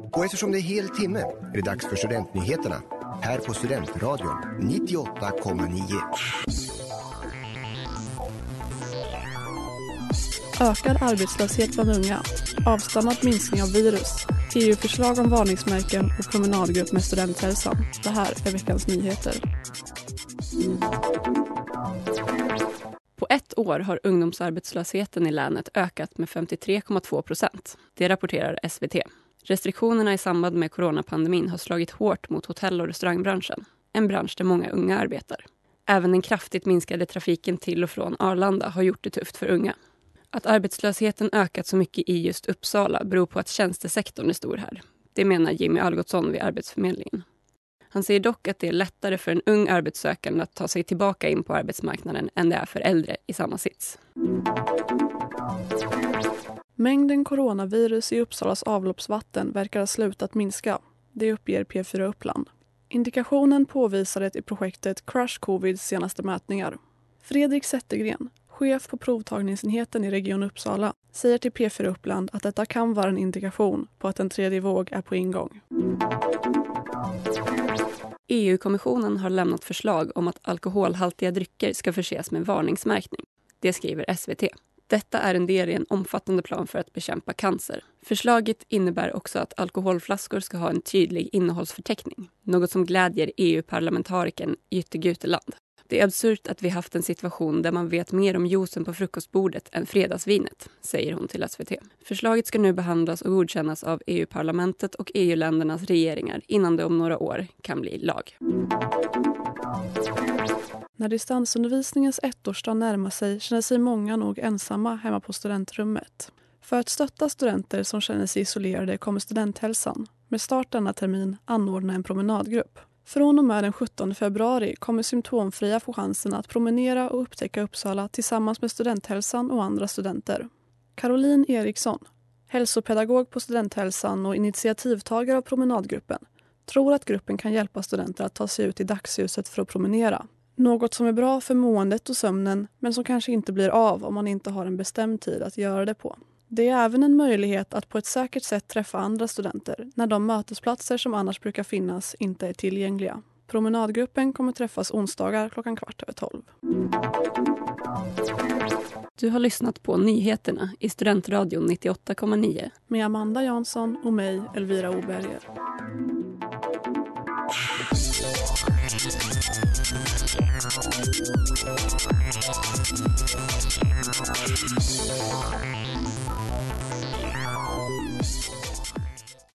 Och eftersom det är hel timme är det dags för Studentnyheterna här på Studentradion 98,9. Ökad arbetslöshet bland unga, avstannad minskning av virus, EU-förslag om varningsmärken och promenadgrupp med studenthälsan. Det här är veckans nyheter. På ett år har ungdomsarbetslösheten i länet ökat med 53,2%. Det rapporterar SVT. Restriktionerna i samband med coronapandemin har slagit hårt mot hotell- och restaurangbranschen. En bransch där många unga arbetar. Även den kraftigt minskade trafiken till och från Arlanda har gjort det tufft för unga. Att arbetslösheten ökat så mycket i just Uppsala beror på att tjänstesektorn är stor här. Det menar Jimmy Algotsson vid Arbetsförmedlingen. Han säger dock att det är lättare för en ung arbetssökande att ta sig tillbaka in på arbetsmarknaden än det är för äldre i samma sits. Mängden coronavirus i Uppsalas avloppsvatten verkar ha slutat minska. Det uppger P4 Uppland. Indikationen påvisades i projektet Crush Covids senaste mätningar. Fredrik Zettergren, chef på provtagningsenheten i Region Uppsala, säger till P4 Uppland att detta kan vara en indikation på att en tredje våg är på ingång. EU-kommissionen har lämnat förslag om att alkoholhaltiga drycker ska förses med varningsmärkning. Det skriver SVT. Detta är en del i en omfattande plan för att bekämpa cancer. Förslaget innebär också att alkoholflaskor ska ha en tydlig innehållsförteckning. Något som glädjer EU-parlamentarikern Jytte Guteland. Det är absurt att vi haft en situation där man vet mer om juicen på frukostbordet än fredagsvinet, säger hon till SVT. Förslaget ska nu behandlas och godkännas av EU-parlamentet och EU-ländernas regeringar innan det om några år kan bli lag. När distansundervisningens ettårsdag närmar sig känner sig många nog ensamma hemma på studentrummet. För att stötta studenter som känner sig isolerade kommer Studenthälsan med start denna termin anordna en promenadgrupp. Från och med den 17 februari kommer symptomfria få chansen att promenera och upptäcka Uppsala tillsammans med Studenthälsan och andra studenter. Caroline Eriksson, hälsopedagog på Studenthälsan och initiativtagare av promenadgruppen, tror att gruppen kan hjälpa studenter att ta sig ut i dagsljuset för att promenera. Något som är bra för måendet och sömnen men som kanske inte blir av om man inte har en bestämd tid att göra det på. Det är även en möjlighet att på ett säkert sätt träffa andra studenter när de mötesplatser som annars brukar finnas inte är tillgängliga. Promenadgruppen kommer träffas onsdagar 11:15. Du har lyssnat på nyheterna i Studentradion 98,9 med Amanda Jansson och mig, Elvira Oberger.